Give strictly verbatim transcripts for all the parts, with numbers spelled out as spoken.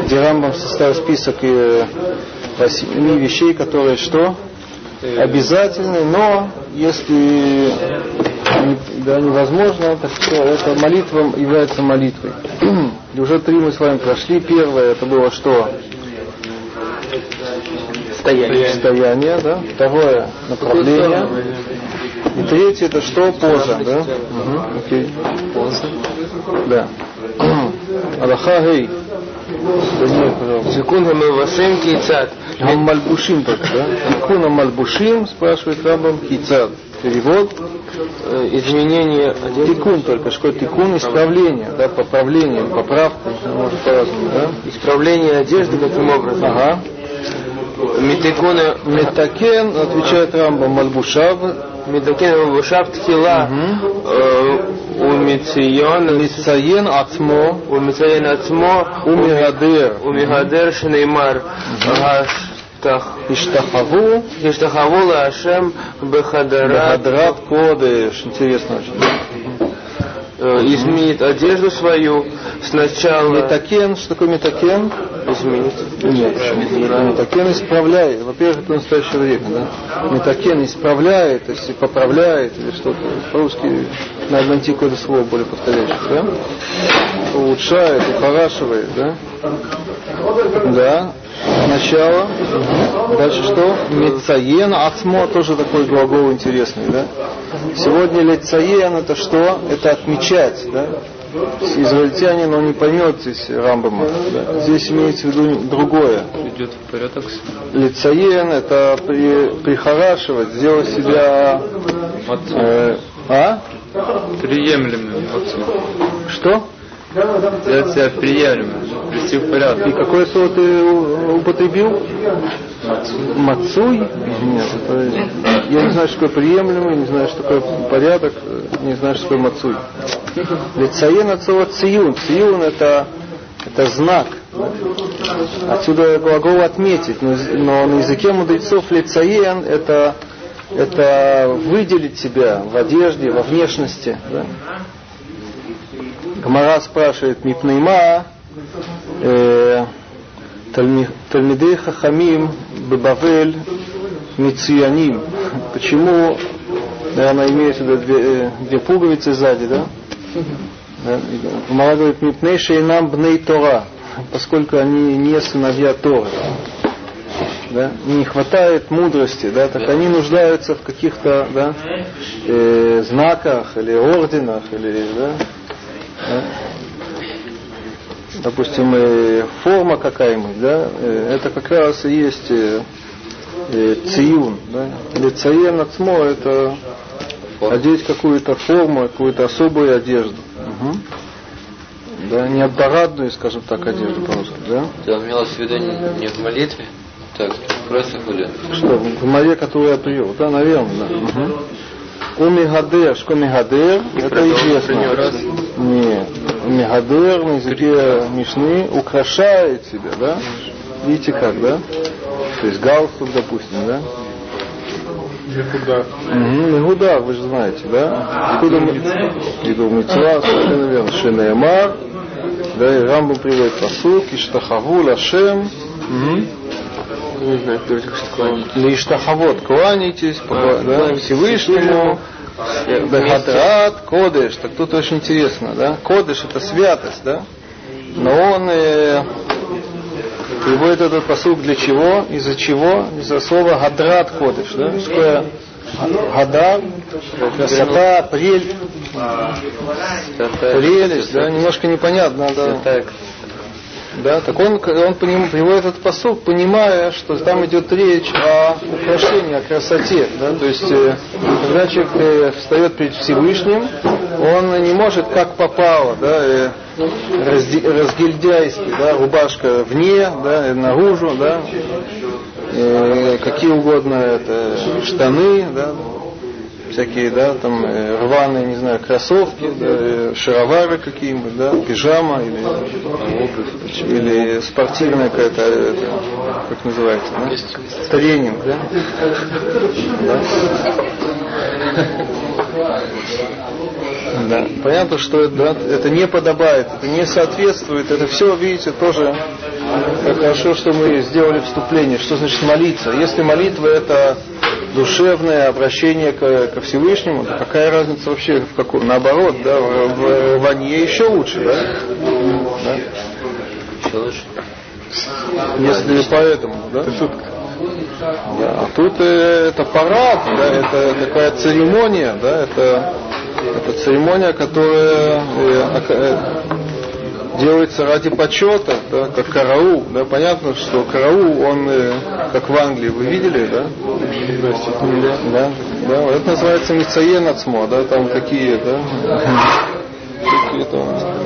где Рамбам составил список восьми вещей, которые что? Обязательны, но если да, невозможно, так что эта молитва является молитвой. И уже три мы с вами прошли. Первое это было что? Стояние. Стояние, да. Второе направление. И третье это что? Поза, да? Угу. Окей. Поза. Да. Аллаха гей. Секунду мы Вашим Кицат. Мальбушим только, да? Секунду Мальбушим, спрашивает Рамбам, Кицат. Перевод. Изменение. Тикун только, что тикун, исправление, да, поправление, поправка, может по-разному, да? Исправление одежды каким образом? Ага. Метакена. Метакен, отвечает Рамбам, Мальбушав. Метакен Мальбушав Тхила. Умицион. Мицаен Ацмо. Умицион Ацмо. Умигадер. Умигадер Шнеймар. Иштахаву. Иштахаву Лашем Бехадарат. Бехадрат Кодеш. Интересно очень. Изменит одежду свою сначала. Метакен, что такое метакен? Изменит. Нет, метакен исправляет. Во-первых, это настоящее время, да? Метакен исправляет, то есть поправляет или что-то. По-русски надо найти какое-то слово более подходящее, да? Улучшает, ухорашивает, да? Да. Начало. Дальше что? Мецаен, ацмо, тоже такой глагол интересный, да? Сегодня лецаен это что? Это отмечать, да? Израильтянин, он не поймет здесь Рамбама. Да? Здесь имеется в виду другое. Идет в порядок. Лицаен это при, прихорашивать, сделать себя э, а? приемлемым. Что? Сделать себя приемлемым, привести в порядок. И какое слово ты употребил? Мацуй? Нет, это, я не знаю, что такое приемлемый, не знаю, что такое порядок, не знаю, что такое мацуй. Лицаен от слова циюн. Циюн это, это знак. Отсюда глагол отметить. Но, но на языке мудрецов лицаен это, это выделить себя в одежде, во внешности. Да? Гмара спрашивает Мипнейма э, Тальмидей Хахамим Бебавель Мицуяним. Почему, наверное, имеется в виду две, две пуговицы сзади, да? Гмара говорит Мипней Шейнам Бней Тора, поскольку они не сыновья Торы. Да? Не хватает мудрости, да? Так они нуждаются в каких-то да, э, знаках или орденах, или да? Да? Допустим, э, форма какая-нибудь, да, э, это как раз и есть э, э, циюн, да, или цаен ацмо, это одеть какую-то форму, какую-то особую одежду, угу. Да, не парадную, скажем так, одежду просто, да. Ты имелось в виду не в молитве, так, просто хули. Что, в молитве, которую я привел, да, наверное, да. Угу. Умигадер, что мигадер, это известно. Нет, умигадер на языке Мишны украшает себя, да? Видите как, да? То есть галстук, допустим, да? Мегуда. Угу, Мегуда, вы же знаете, да? Откуда мы? Иду митцва, совершенно верно. Шенеемар, да, и Рамбам приводит пасук, Иштахаву, Лашем. Не знаю, кто это такое. Лиштахавот, кланяйтесь, да, Всевышнему, Бехадрат, Кодеш. Так тут очень интересно, да? Кодеш это святость, да? Но он э, приводит этот пасук для чего? Из-за чего? Из-за слова Гадрат Кодеш, да? Что такое Гадар? Красота, прель, прелесть, да? Немножко непонятно, да? Да, так он, он приводит этот пасук, понимая, что там идет речь о украшении, о красоте. Да? То есть, когда человек встает перед Всевышним, он не может как попало, да, разгильдяйски, да, рубашка вне, да, наружу, да, какие угодно это, штаны, да, всякие, да, там рваные, не знаю, кроссовки, да, шаровары какие-нибудь, да, пижама или, или спортивная какая-то, это, как называется, да? Тренинг, да? Да? Да. Понятно, что это, да, это не подобает, это не соответствует, это все, видите, тоже Как хорошо, что мы сделали вступление. Что значит молиться? Если молитва это душевное обращение ко, ко Всевышнему, то какая разница вообще в каком? Наоборот, да, в, в рванье еще лучше, да? Да? Еще лучше. Если поэтому, да? Да, а тут э, это парад, да, это такая церемония, да, это, это церемония, которая э, э, делается ради почета, да, как караул, да, понятно, что караул, он, э, как в Англии, вы видели, да? Да, да, вот это называется мицаен ацмо, да, там какие, да, какие-то,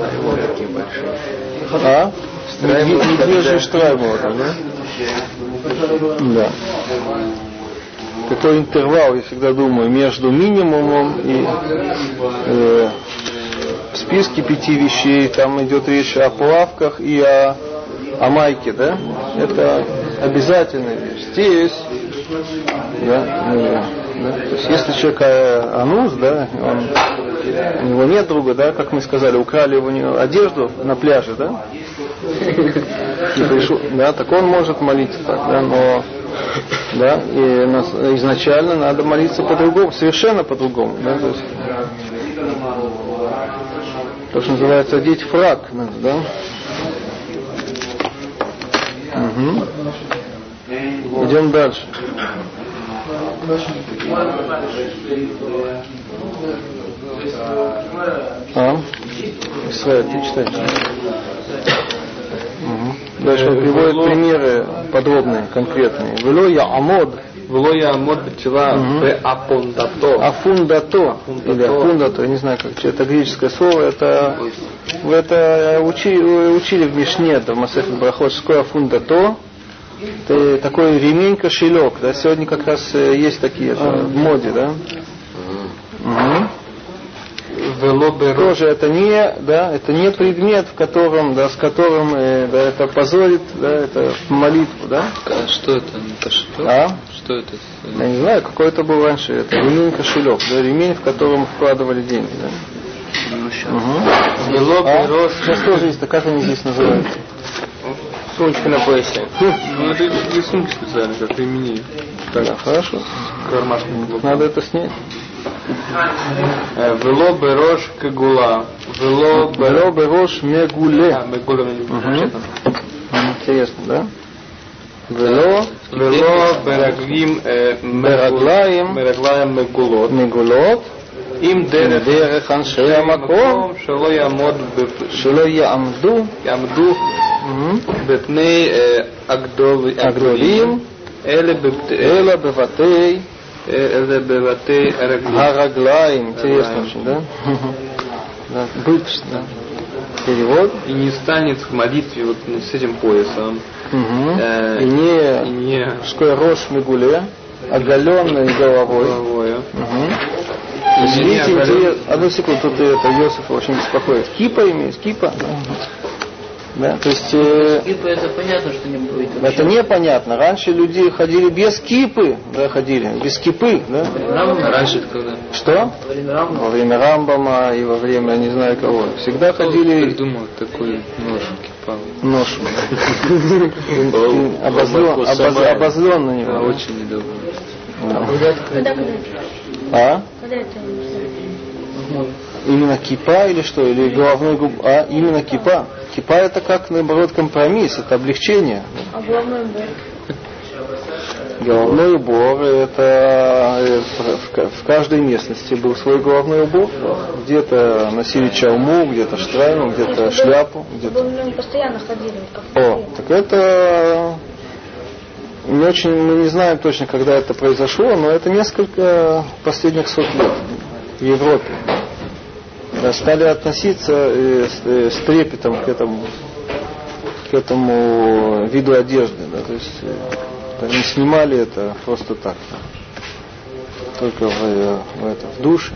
а? Медвежий штраймор, да? Да. Какой интервал, я всегда думаю, между минимумом и э, в списке пяти вещей, там идет речь о плавках и о, о майке, да? Это обязательная вещь. Здесь, да, э, да? То есть, если человек э, анус, да, он, у него нет друга, да, как мы сказали, украли у него одежду на пляже, да? И пришел, да, так он может молиться так, да, но да, и нас, изначально надо молиться по-другому, совершенно по-другому, да, то есть то, что называется одеть фрак, да. Угу. Идем дальше. А? Исраиль, ты читаешь? Угу. Дальше он приводит Вело... примеры подробные, конкретные. Вело я амод. Вело я амод бетила бе афундато. Афундато. Или афундато, я не знаю, как это греческое слово. Это вы это учили, учили в Мишне, это в Масехет Брахот, что такое афундато. Это такой ремень-кошелек. Да? Сегодня как раз есть такие это, в моде, да? Угу. Тоже это не, да, это не предмет, в котором, да, с которым э, да, это позорит, да, это молитву, да? А что это? Кошелек? А? Что это? Я не знаю, какой это был раньше. Это ремень кошелек, да, ремень, в котором вкладывали деньги, да? Ну, сейчас. Угу. А? Сейчас тоже есть, а как они здесь называются? Сумочка на поясе. Ну это не сумки специально, как ремени. Так, да, хорошо. Кармашный. Надо это снять. Вело берош кегула. Вело берош мегуле. А, мегуле. Интересно, да? Вело Вело бераглим бераглаем бераглаем мегулот. Мегулот. Им дерех аншей המקום שלא יעמוד שלא יעמדו יעמדו בפני הגדולים אלא בבתי אלא בבתי הרגליים. Интересно очень, да? Да, бывший, да. Перевод. И не станет в молитве вот с этим поясом. И не шкой рош мегуле, оголенной головой. Видите, интерес... Одну секунду, тут это Йосиф очень беспокоит. Кипа имеет, кипа. Да, то есть... Э... Кипа это понятно, что не будет. Это непонятно. Раньше люди ходили без кипы, да, ходили, без кипы, да. Раньше это когда? Что? Во время Рамбама. Во время Рамбама и во время, не знаю кого. Всегда Кто ходили... придумал такой нож кипа? Нож. Обозлен на него. Очень недобро. Когда, когда? А? Когда это? Именно кипа или что? Или головной губ? А, именно кипа. Кипа это как, наоборот, компромисс, это облегчение. А головной убор? Головной убор, это в каждой местности был свой головной убор. Где-то носили чалму, где-то штрайму, где-то шляпу. Где-то... Мы постоянно ходили. О, так это... Не очень, мы не знаем точно, когда это произошло, но это несколько последних сот лет в Европе. Да, стали относиться э, с, э, с трепетом к этому, к этому виду одежды. Да, то есть э, не снимали это просто так, да, только в, э, в, это, в душе.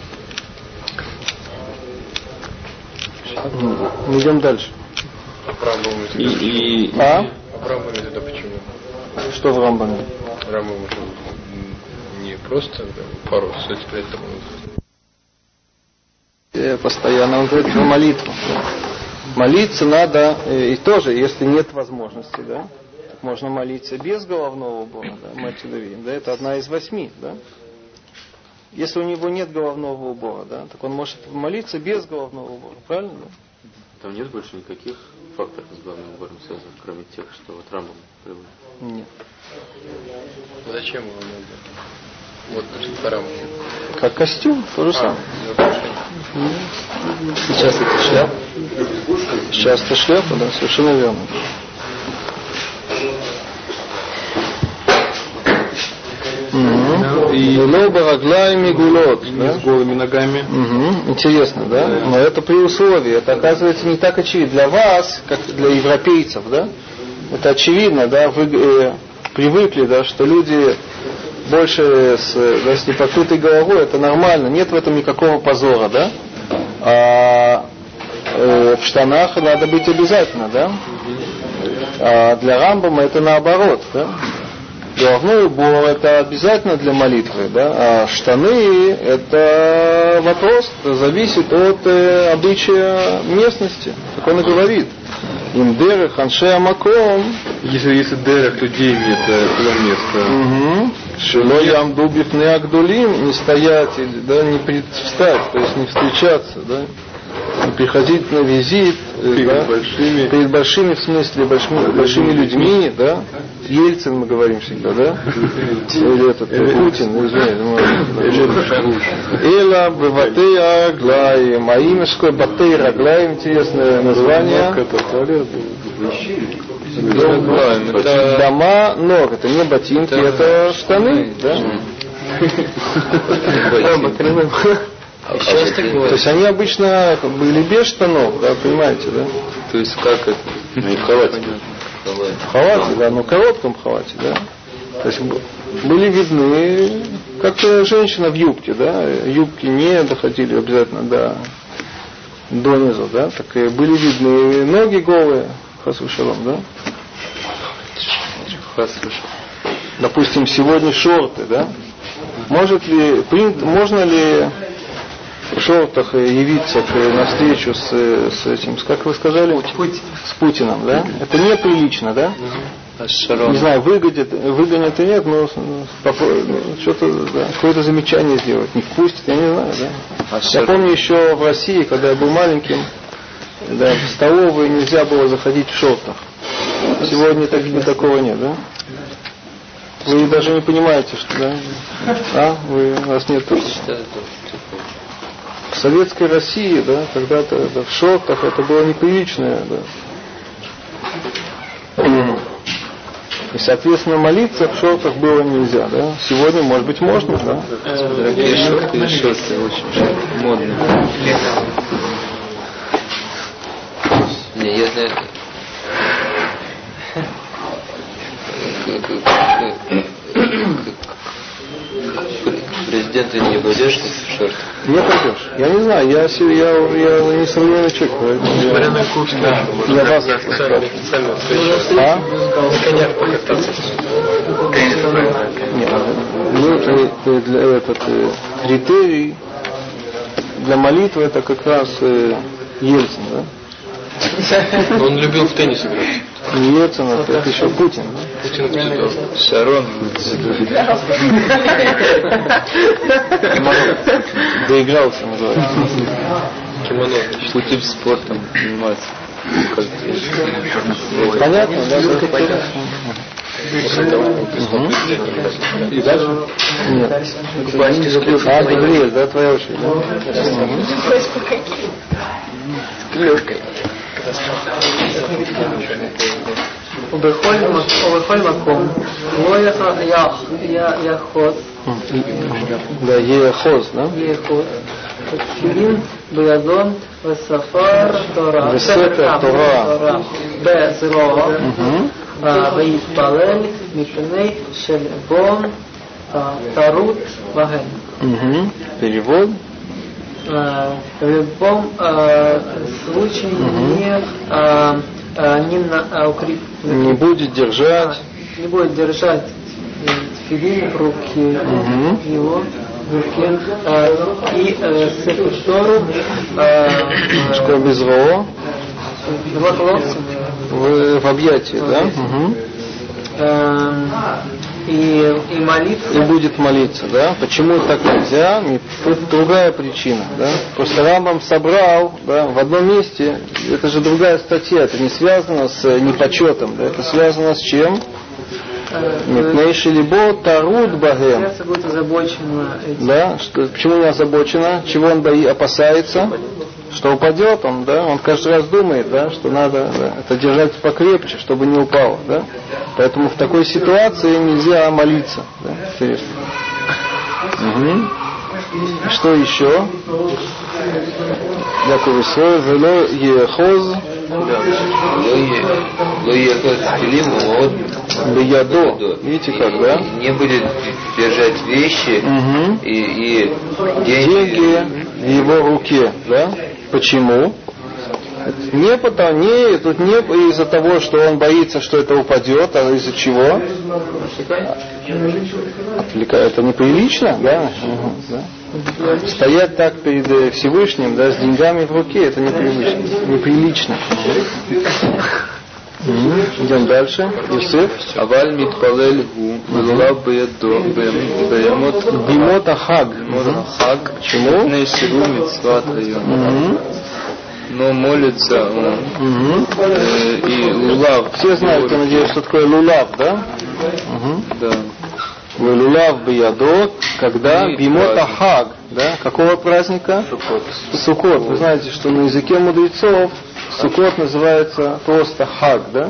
Мы идем дальше. И, и, а? В Рамбаме это почему? Что в Рамбаме? Рамбам не просто пару сотен лет тому. Постоянно он говорит про молитву. Молиться надо, и тоже, если нет возможности, да, можно молиться без головного убора, да, мы отсюда видим, да, это одна из восьми, да. Если у него нет головного убора, да, так он может молиться без головного убора, правильно? Да? Там нет больше никаких факторов с головным убором связанных, кроме тех, что вот Рамбам приводит? Нет. Зачем его надо? Вот по Рамбаму. Как костюм, то же самое. Сейчас это шляпа. Сейчас это шляпа, да, совершенно верно. И лобараглайми гулот, С голыми ногами. Угу. Интересно, да? Но это при условии. Это оказывается не так очевидно. Для вас, как для европейцев, да? Это очевидно, да? Вы э, привыкли, да, что люди больше с, да, с непокрытой головой, это нормально, нет в этом никакого позора, да? А э, в штанах надо быть обязательно, да? А для Рамбама это наоборот, да? Головной убор это обязательно для молитвы, да? А штаны это вопрос, это зависит от э, обычая местности, как он и говорит. Имдеры ханшея маком. Если, если дерах людей нет, туда место. Шило ямду бифны агдулим, не стоять, да, не предстать, то есть не встречаться, да, не приходить на визит, перед да, большими, перед большими, в смысле, большими, большими людьми, да, Ельцин мы говорим всегда, да, или этот, Путин, извиняюсь, Эла бватей аглаем, а имешкое батей раглаем, интересное название. Дома ног, это не ботинки, это штаны, да? То есть они обычно были без штанов, да, понимаете, да? То есть как это? Ну и в халате. В халате, да, но в коротком халате, да. То есть были видны, как женщина в юбке, да, юбки не доходили обязательно до донизу, да, так и были видны ноги голые, хасу шалом, да. Допустим, сегодня шорты, да. Может ли, можно ли в шортах явиться на встречу с, с этим, как вы сказали, с Путиным, да? Это неприлично, да? Не знаю, выгонят, выгонят и нет, но что-то, да, какое-то замечание сделать, не впустят, я не знаю, да? Я помню еще в России, когда я был маленьким, да, в столовой нельзя было заходить в шортах. Сегодня так, такого нет, да? Вы даже не понимаете, что, да? А? Вы, у вас нет тоже? В советской России, да, когда-то да, в шортах это было неприличное, да. И, соответственно, молиться в шортах было нельзя, да. Сегодня, может быть, можно, да. Дорогие шорты и шорты очень модные. Не, если президента не пойдешь в шорты? Не пойдешь. Я не знаю, я, я, я не современный человек, поэтому Несмотря на курс, я, для вас специально а? на конях покататься. Нет, ну, для этот критерий для молитвы это как раз э, Ельцин, да? Он любил в теннис играть. Не Ельцин, это, это еще Путин. Путин цветов. Шарон. Доигрался, называется. Кимоно. Путин спортом занимается. Понятно, да? И дальше? Нет. А, Гавриэль, да, твоя очередь. С клюшкой. ובכל מקום לא יכול да, ехоз, да? ехот תפילין בידון וספר תורה וספר תורה בזרוע ויתפלל מפני שלבון טרוט בהם. Перевод. В любом случае не не укреп не будет держать не будет держать тфилин в руке его в руке и сефер Тору что без ро Вот локтем. В, в объятии, да? Угу. Эм, и, и молиться. И будет молиться, да? Почему так нельзя? Тут другая причина, да? Просто Рамбам собрал, да, в одном месте, это же другая статья, это не связано с непочетом, да? Это связано с чем? Мипнейши либо таруд багем. Сердце будет озабочено этим. Да? Что, почему не озабочено? Чего он бои, опасается? Что упадет он, да? Он каждый раз думает, да, что надо, да, это держать покрепче, чтобы не упало, да? Поэтому в такой ситуации нельзя молиться, да? Интересно. Угу. Что еще? Дякую свой, вело ехоз. Беядо. Видите как, да? Не будет держать вещи угу. и, и деньги. деньги в его руке, да? Почему? Не потому, не, тут не из-за того, что он боится, что это упадет, а из-за чего? Отвлекает. Это неприлично, да? Угу, да? Стоять так перед Всевышним, да, с деньгами в руке, это неприлично. Неприлично. Угу. Идем дальше. Юсеф. Аваль митпалель гу, велулав беядо, беямот бимот ахаг. хаг. Почему? Нейширу митцват район. Но молится он. Угу. Э, и лулав. Все знают, я надеюсь, что такое лулав, да? Угу. Да. Лулав биядо, когда И бимот праздник. ахаг, да? Какого праздника? Суккот. Суккот. Вы знаете, что на языке мудрецов Суккот называется просто хаг, да?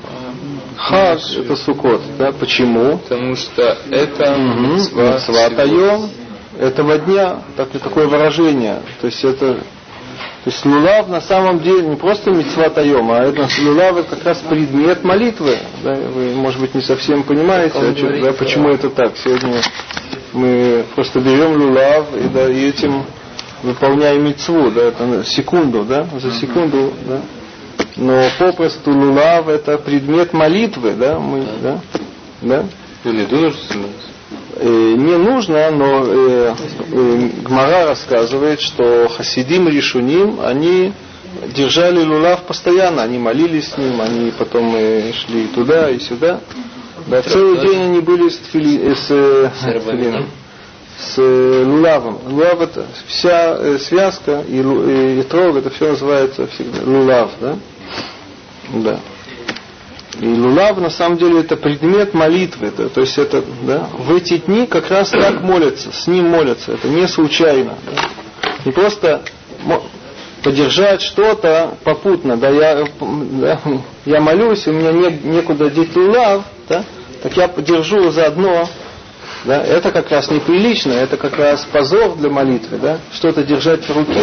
Хаг это Суккот, да? Почему? Потому что это Угу. мицва Сватаем этого дня, так, такое выражение. То есть это, то есть лулав на самом деле не просто мицва таем, а это лулав это как раз предмет молитвы. Да? Вы, может быть, не совсем понимаете, о чем, да, почему это так. Сегодня мы просто берем лулав и, да, и этим выполняем мицву, да, это секунду, да, за секунду, да. Но попросту лулав это предмет молитвы, да, мы, да, да. Или нужно? Э, не нужно, но э, э, Гмара рассказывает, что хасидим и решуним, они держали лулав постоянно, они молились с ним, они потом э, шли туда и сюда. Да, целый день они были с, тфили, с, э, тфилином, с э, лулавом. Лулав это вся э, связка и, и, и трог, это все называется всегда лулав, да? Да. И лулав на самом деле это предмет молитвы, да, то есть это, да, в эти дни как раз так молятся, с ним молятся, это не случайно, да. Не просто подержать что-то попутно, да, я, да, я молюсь, у меня не, некуда деть лулав, да, так я подержу заодно, да, это как раз неприлично, это как раз позор для молитвы, да, что-то держать в руке,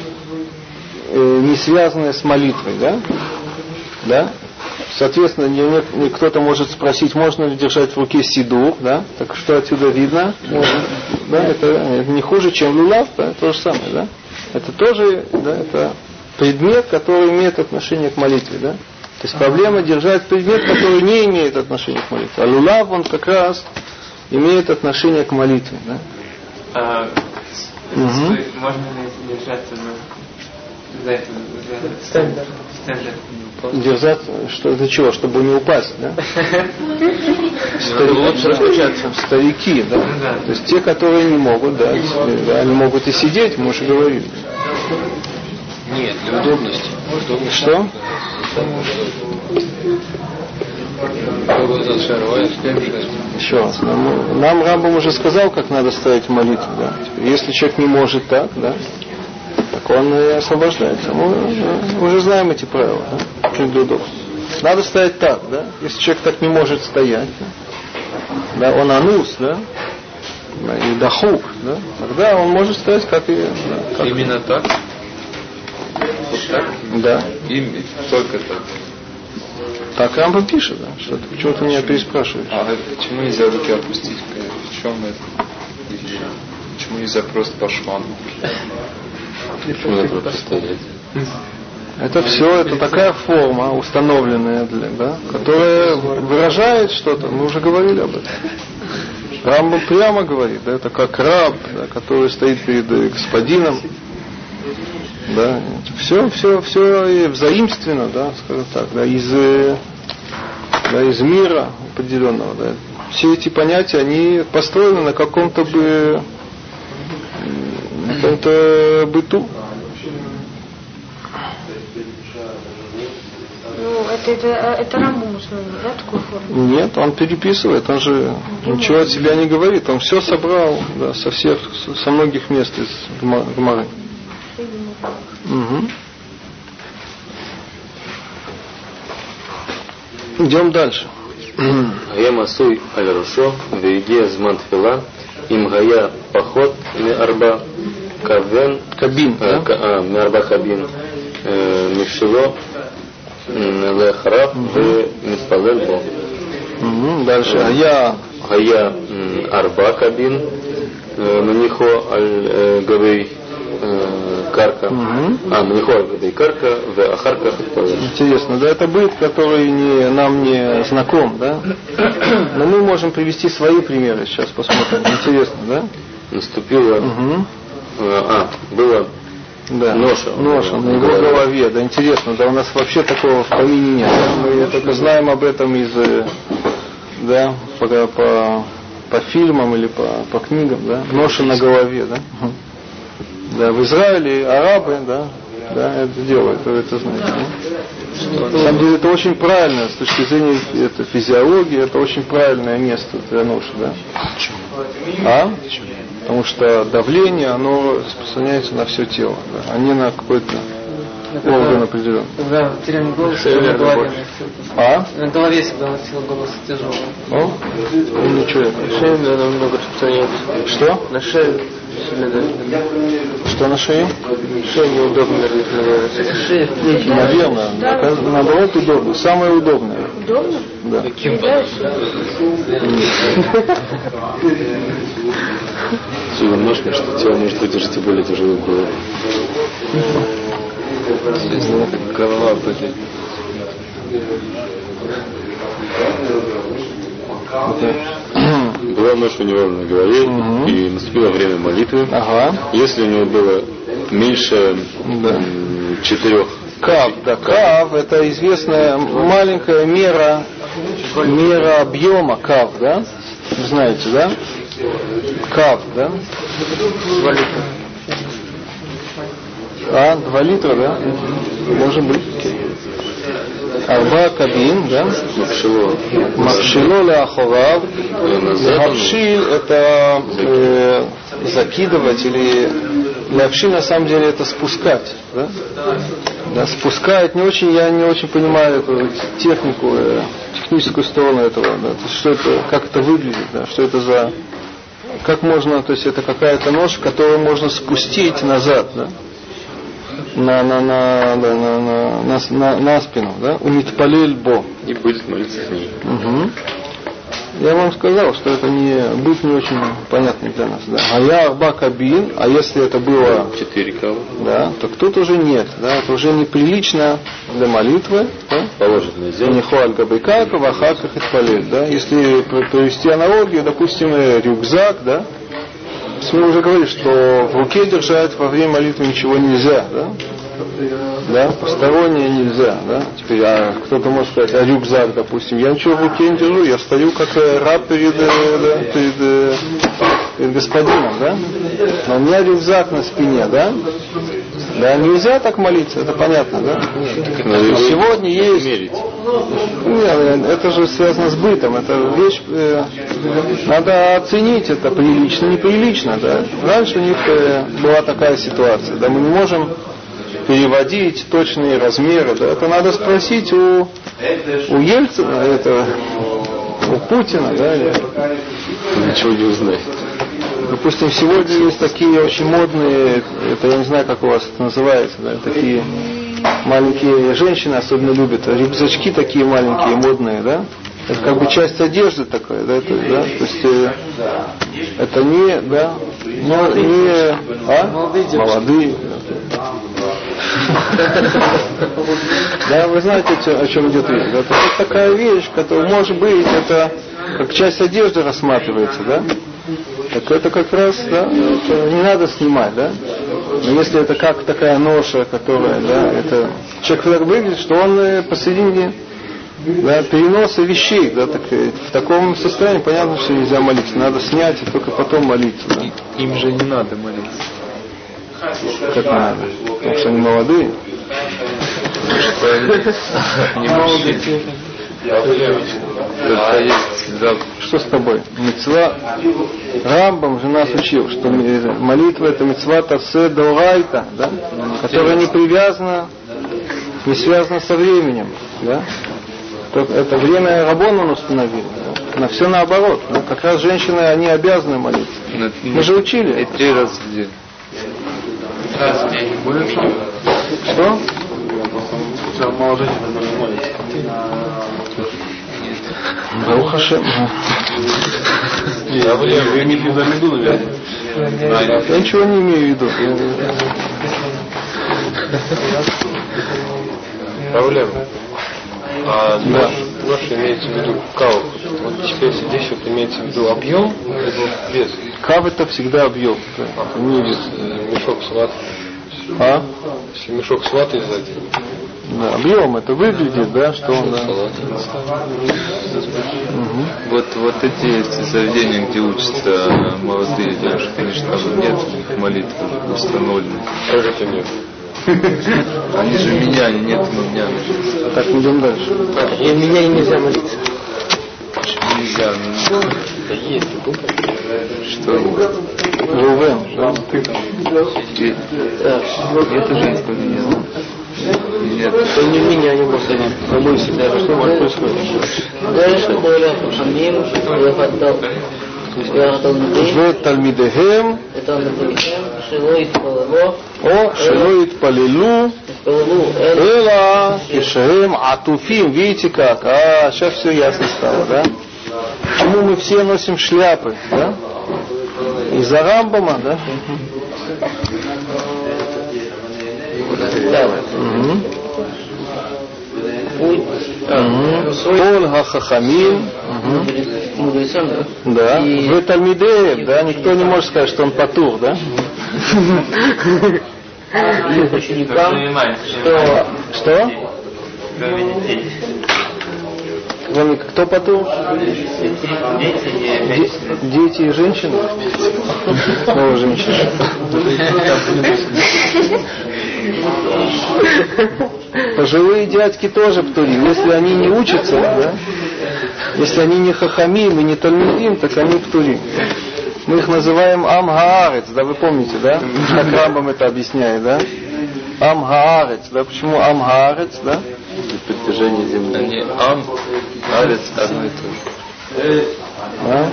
э, не связанное с молитвой, да, да. Соответственно, не, не, кто-то может спросить, можно ли держать в руке сидур, да? Так что отсюда видно? Можно, да? Это, это не хуже, чем лулав, да? То же самое, да? Это тоже, да, это предмет, который имеет отношение к молитве, да? То есть проблема держать предмет, который не имеет отношения к молитве. А лулав, он как раз имеет отношение к молитве, да? А, угу. Можно ли держаться на за это Стендер. стендер? Держать, что, для чего? Чтобы не упасть, да? Лучше раскачаться. Старики, да? То есть те, которые не могут, да, да, они могут и сидеть, мы уже говорили. Нет, для удобности. Что? Еще раз. Нам, нам Рамбам уже сказал, как надо ставить молитву, да? Если человек не может так, да, так он и освобождается. Мы уже знаем эти правила, да? Чуть для удобства. Надо стоять так, да? Если человек так не может стоять, да, да, он анус, да, и дахук, да, тогда он может стоять как и... Да, как... Именно так? Вот так? Да. Именно, только так. Так Рамбам пишет, да, что ты почему-то меня переспрашиваешь. А почему нельзя руки опустить? В чем это? Почему нельзя просто по швам? Почему надо просто стоять? Это все, это такая форма, установленная, для, да, которая выражает что-то. Мы уже говорили об этом. Рамбам прямо говорит, да, это как раб, да, который стоит перед господином, да, Все, все, все взаимственно, да, скажем так, да, из, да, из мира определенного, да. Все эти понятия, они построены на каком-то бы, на каком-то быту. Ну, это, это, это Рамбам установил, да, такую форму? Нет, он переписывает, он же ничего от себя не говорит, он все собрал, да, со всех, со многих мест из Гемары. Угу. Идем дальше. היה מסוי על ראשו והגיע זמן תפילה אם היה פחות מארבע כוון קבין, מארבע קבין מפשילו לאחריו ומתפלל בו. דальше. היה היה ארבע קבין מניחו על גבי карка, а мехор и карка, в ахарках. Интересно, да, это быт, который не, нам не знаком, да? Но мы можем привести свои примеры, сейчас посмотрим. Интересно, да? Наступила, угу. а, было да. ноша. Ноша на его голове, да, интересно, да, у нас вообще такого в помине нет. Мы только знаем об этом из, да, по, по, по фильмам или по, по книгам, да, ноша на голове, да. Да, в Израиле арабы, да, да, это делают, вы это знаете. Да? На самом деле это очень правильно, с точки зрения это, физиологии, это очень правильное место для ноши, да. А? Потому что давление, оно распространяется на все тело, да, а не на какой-то орган определенный. Да, теряем голос, на голове. А? На голове всегда носил голос тяжелый. О, умный человек. На шее намного распространяется. Что? На шее. Что на шее? Шея неудобно, наверное. Шея, плечи. Наверное, да. Наоборот, удобно. Самое удобное. Удобно? Да. Каким Сила ножка, что тело может выдержать и более тяжелую голову. Голова будет. Была ночь у него на голове, угу. И наступило время молитвы. Ага. Если у него было меньше да. четырех... Кав, да, кав, это известная маленькая мера, мера объема кав, да? Вы знаете, да? Кав, да? Два литра. А, два литра, да? Может быть. Арба кабин, да? Макшило. Макшило ляхорав. Лявшиль это э, закидывать или лявшиль на самом деле это спускать, да? Да, спускает не очень, я не очень понимаю эту технику, э, техническую сторону этого, да? То есть, что это, как это выглядит, да? Что это за, как можно, то есть это какая-то нож, которую можно спустить назад, да? На, на, на, да, на, на, на, на, на спину, да, умитпалель бо. И будет молиться с ней. Угу. Я вам сказал, что это не будет не очень понятно для нас, да. А я арба кабин, а если это было четыре кава, да, то тут уже нет, да, это уже неприлично для молитвы, да. Положительно сделать. Нихуаль габайкака, вахаках и палель, да. Если провести аналогию, допустим, рюкзак, да. Мы уже говорили, что в руке держать во время молитвы ничего нельзя, да? Да, постороннее нельзя, да? Теперь, а кто-то может сказать, а рюкзак, допустим, я ничего в руке не держу, я стою как раб перед, да, перед, перед господином, да? Но у меня рюкзак на спине, да? Да, нельзя так молиться, это понятно, да? Сегодня есть... Нет, это же связано с бытом, это вещь, э, надо оценить это прилично, неприлично, да. Раньше у них э, была такая ситуация, да, мы не можем переводить точные размеры, да, это надо спросить у, у Ельцина, это, у Путина, да, или... Ничего не узнать. Допустим, сегодня есть такие очень модные, это я не знаю, как у вас это называется, да, такие маленькие женщины особенно любят, рюкзачки такие маленькие, модные, да? Это как бы часть одежды такая, да, это, да? То есть э, это не, да, но не, а? Молодые. Молодые. Да, вы знаете, о чем идет речь. Это такая вещь, которая, может быть, это как часть одежды рассматривается, да? Так это как раз, да, это не надо снимать, да. Но если это как такая ноша, которая, да, это человек выглядит, что он посередине, да, переноса вещей, да, так, в таком состоянии понятно, что нельзя молиться. Надо снять и только потом молиться. Да. Им же не надо молиться. Как не надо? Потому что они молодые. Не молодые. Только есть, да. Что с тобой? Мицва. Рамбам же нас учил, что молитва это мицва тасе даурайта, да, которая не привязана, не связана со временем, да. Это время Раббанан установили. Да? На все наоборот. Да? Как раз женщины, они обязаны молиться. Но, Мы же учили. И три раза в день. Раз в день. Что? Барух Хашем. Я не виду, Я ничего не имею в виду. Проблема. А Да. нож, нож имеется в виду кау. Вот теперь здесь вот имеется в виду объем, либо вес. Кав это всегда объем. Да. Это не вес. Мешок с ватой. А? Если мешок с ватой сзади. Да, объем это выглядит, да, что он, да. Угу. Вот, вот эти, эти заведения, где учатся молодые девушки, конечно, там нет молитвы установленной. Как это нет? Они же меня, нет меня. Так, идем дальше. И меня и нельзя молиться. Нельзя. Ну, Да есть, ты думаешь? что? Рувен, да? Это женское меня. Нет. То не меня, не может быть. Забудь себя, что происходит. Дальше более хамим, яхатал. В Талмидехем Это например, шилой твоего, о шелоит палилу твоего, эла кишаем атуфим. Видите как? А, сейчас все ясно стало, да? Почему мы все носим шляпы, да? Из-за Рамбама, да? Угу. Ольга Хахамин. мудрецом, да? Да. В Талмидеев, да, никто не может сказать, что он патур, да? И ученикам, что... Что? Кроме кто патур? Де- дети и женщины? Снова женщины. Пожилые дядьки тоже птурим. Если они не учатся, да? Если они не хахамим и не талмидим, так они птурим. Мы их называем Ам-Гаарец, да, вы помните, да? Как Рамбам это объясняет, да? Ам-Гаарец, да? Почему Ам-Гаарец, да? Притяжение земли. Они ам, арец, одно и то же. А?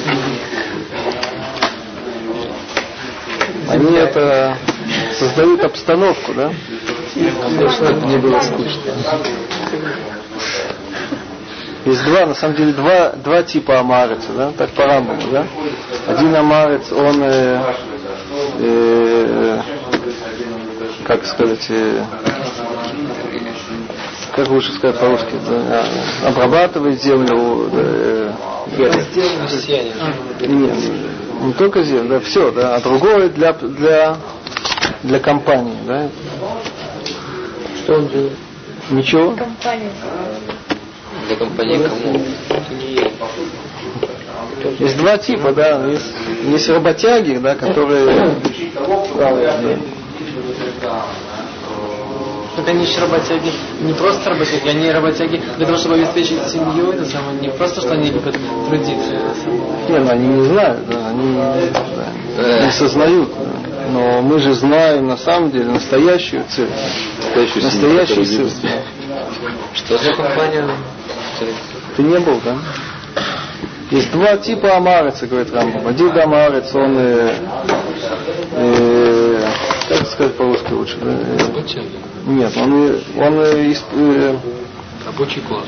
Они это создают обстановку, да? Чтобы не было скучно. Есть два, на самом деле, два, два типа амареца, да? Так по Рамбаму, да? Один амарец, он, э, э, как сказать, э, как лучше сказать по-русски, да? Обрабатывает землю, э, нет, не только землю, да, все, да, а другое для, для, для компании, да? Что он делает? Ничего. Компания. Для компании кому? Есть два типа, да, есть, есть работяги, да, которые... Так они же работяги, не просто работяги, они работяги для того, чтобы обеспечить семью, это самое, не просто, что они любят трудиться. Не, ну они не знают, да, они да, не сознают. Да. Но мы же знаем на самом деле настоящую цель. Настоящую Настоящую семью, цель. Что за компания? Ты не был, да? Есть два типа амареца, говорит Рамбам. Один амарец, он, э, э, как сказать по-русски лучше, да? Нет, он, э, он э, из, э, Рабочий класс.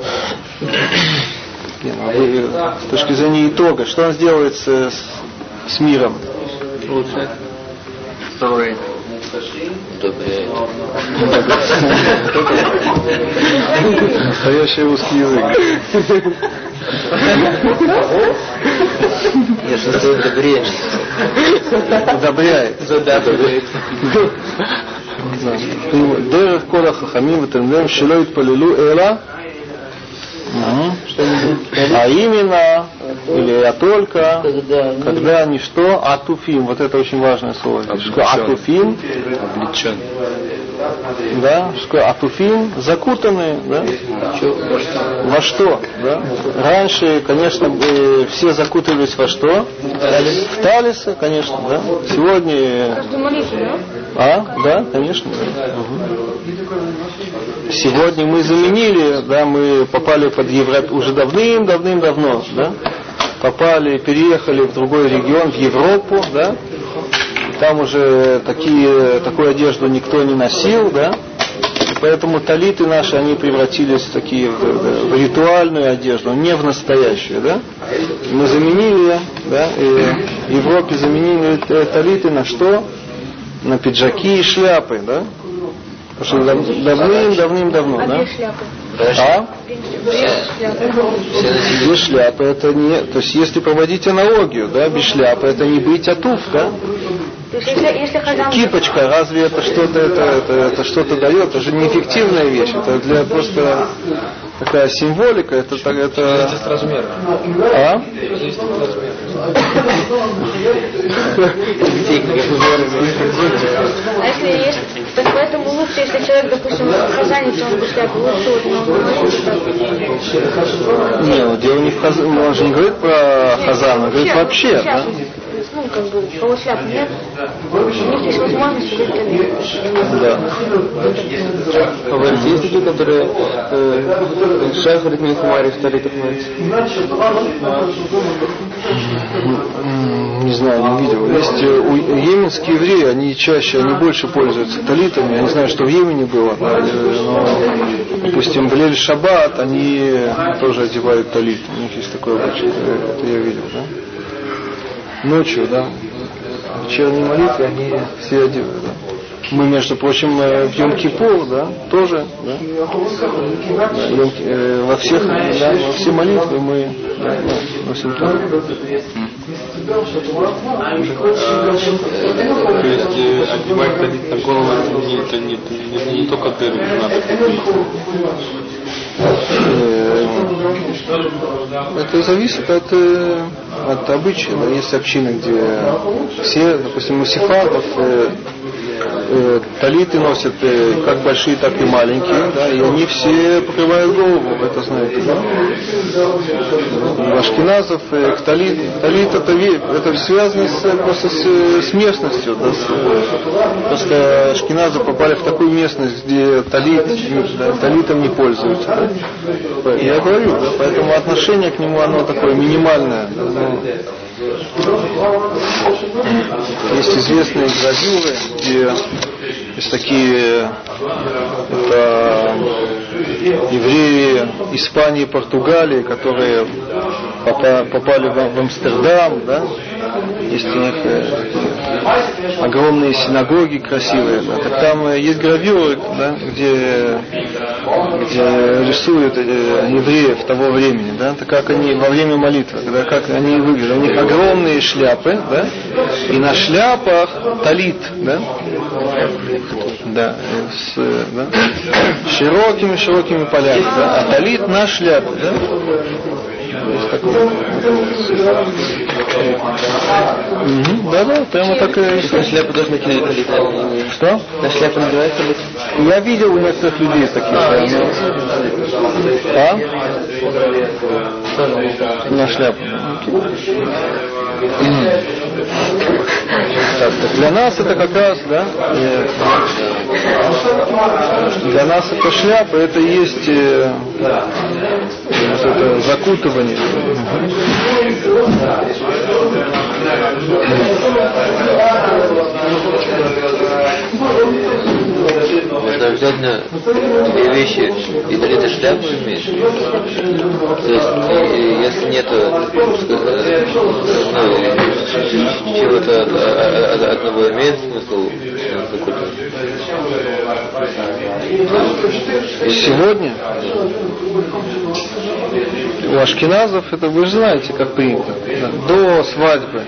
нет, ну, э, с точки зрения итога, что он сделает с, с, с миром? Лучше. Второй. Добрее. Настоящий русский язык. Нет, что это добрее. Удобряет. Задабривает. Дерех кола хахамим ватемлем шилой полилу эла. А именно, или а только, когда они что? Атуфим. Вот это очень важное слово. Атуфим. Облечен. Да, что атуфим закутаны, да? Во что? Да? Раньше, конечно, все закутывались во что? В талисы, конечно, да. Сегодня. Каждую молитву, да? А, да, конечно. Да. Угу. Сегодня мы заменили, да, мы попали под Европу уже давным-давным-давно, да, попали, переехали в другой регион, в Европу, да. Там уже такие, такую одежду никто не носил, да. Поэтому талиты наши, они превратились в такие, в, в ритуальную одежду, не в настоящую, да. Мы заменили, да, и в Европе заменили талиты на что? На пиджаки и шляпы, да. Потому что давным-давным-давно, А да. без шляпы? А? Без шляпы. Без шляпы это не, то есть если проводить аналогию, да, без шляпы это не быть атуф, да. То есть, если, если хазан... Кипочка, разве это что-то это, это, это что-то дает? Это же неэффективная вещь. Это для просто такая символика. Это, это, это... Зависит от размера. А? Зависит от размера. А если есть... Так поэтому лучше, если человек, допустим, хазанит, он без шляпы, лучше вот, но он носит шляпу. Не, ну дело не в хазане. Он же не говорит про хазан, он говорит вообще, да? Ну, как бы, кого шляп нет, у них есть возможность быть талит. Да. А вот есть люди, которые э, шахрит милхумари в талитах носят? Не знаю, не видел. Есть э, у, йеменские евреи, они чаще, они больше пользуются талитами. Я не знаю, что в Йемене было, но, допустим, в Лель Шаббат они тоже одевают талит. У них есть такое обычай. Это я видел, да? Ночью, да, в вечерней молитве они все одевают, да. Мы, между прочим, в Йом-Кипур, да, тоже, да, да Йом, э, во всех, да, во все молитвы мы, да, носим тоже. То есть одевать талит на голову это не, не, не, не только дыру надо. Это зависит от, от обычая. Да. Есть общины, где все, допустим, у сефардов э, э, талиты носят э, как большие, так и маленькие, да, и они все покрывают голову, вы это знаете. Да? У ашкеназов э, талит, талит это, это связано с, просто с, с местностью. Да, с, просто ашкеназы попали в такую местность, где талит, да, талитом не пользуются. Да. Я говорю, да, поэтому отношение к нему оно такое минимальное. Да, ну, есть известные гравюры, где есть такие это евреи Испании и Португалии, которые попали в Амстердам, да? Есть у них огромные синагоги красивые, да? Так там есть гравюры, да? где, где рисуют евреев того времени, да? Так как они во время молитвы, да? Как они выглядят. У них огромные шляпы, да? И на шляпах талит, да? Да, с да? широкими-широкими полями, да? А талит на шляпе, да? Есть такое. Угу, да, да, прямо так и... На шляпу тоже накинули талит. Что? На шляпу надевают талит? Я видел у некоторых людей таких. Да, а? На шляпу. Так, так, для нас это как раз, да, для нас это шляпа, это есть э, вот это закутывание. Можно обязательно две вещи, и талит и шляпу иметь. То есть, если нету ну, чего-то от, от одного имеет смысл закутывать. Сегодня? У ашкеназов, это вы же знаете, как принято. Да. До свадьбы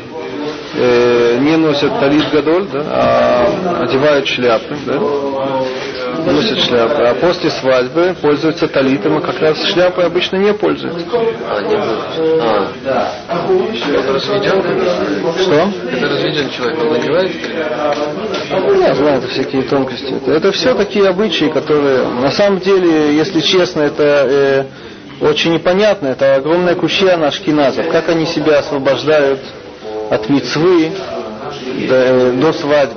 э, не носят талит гадоль, да, а одевают шляпы, да, носят шляпы. А после свадьбы пользуются талитом, и как раз шляпой обычно не пользуются. А, не будет. А. Это разведен? Что? Это разведен человек, он надевает? Ну, я знаю, это всякие тонкости. Это, это все такие обычаи, которые, на самом деле, если честно, это э, очень непонятно. Это огромная куща на ашкеназов. Как они себя освобождают от мицвы до, до свадьбы.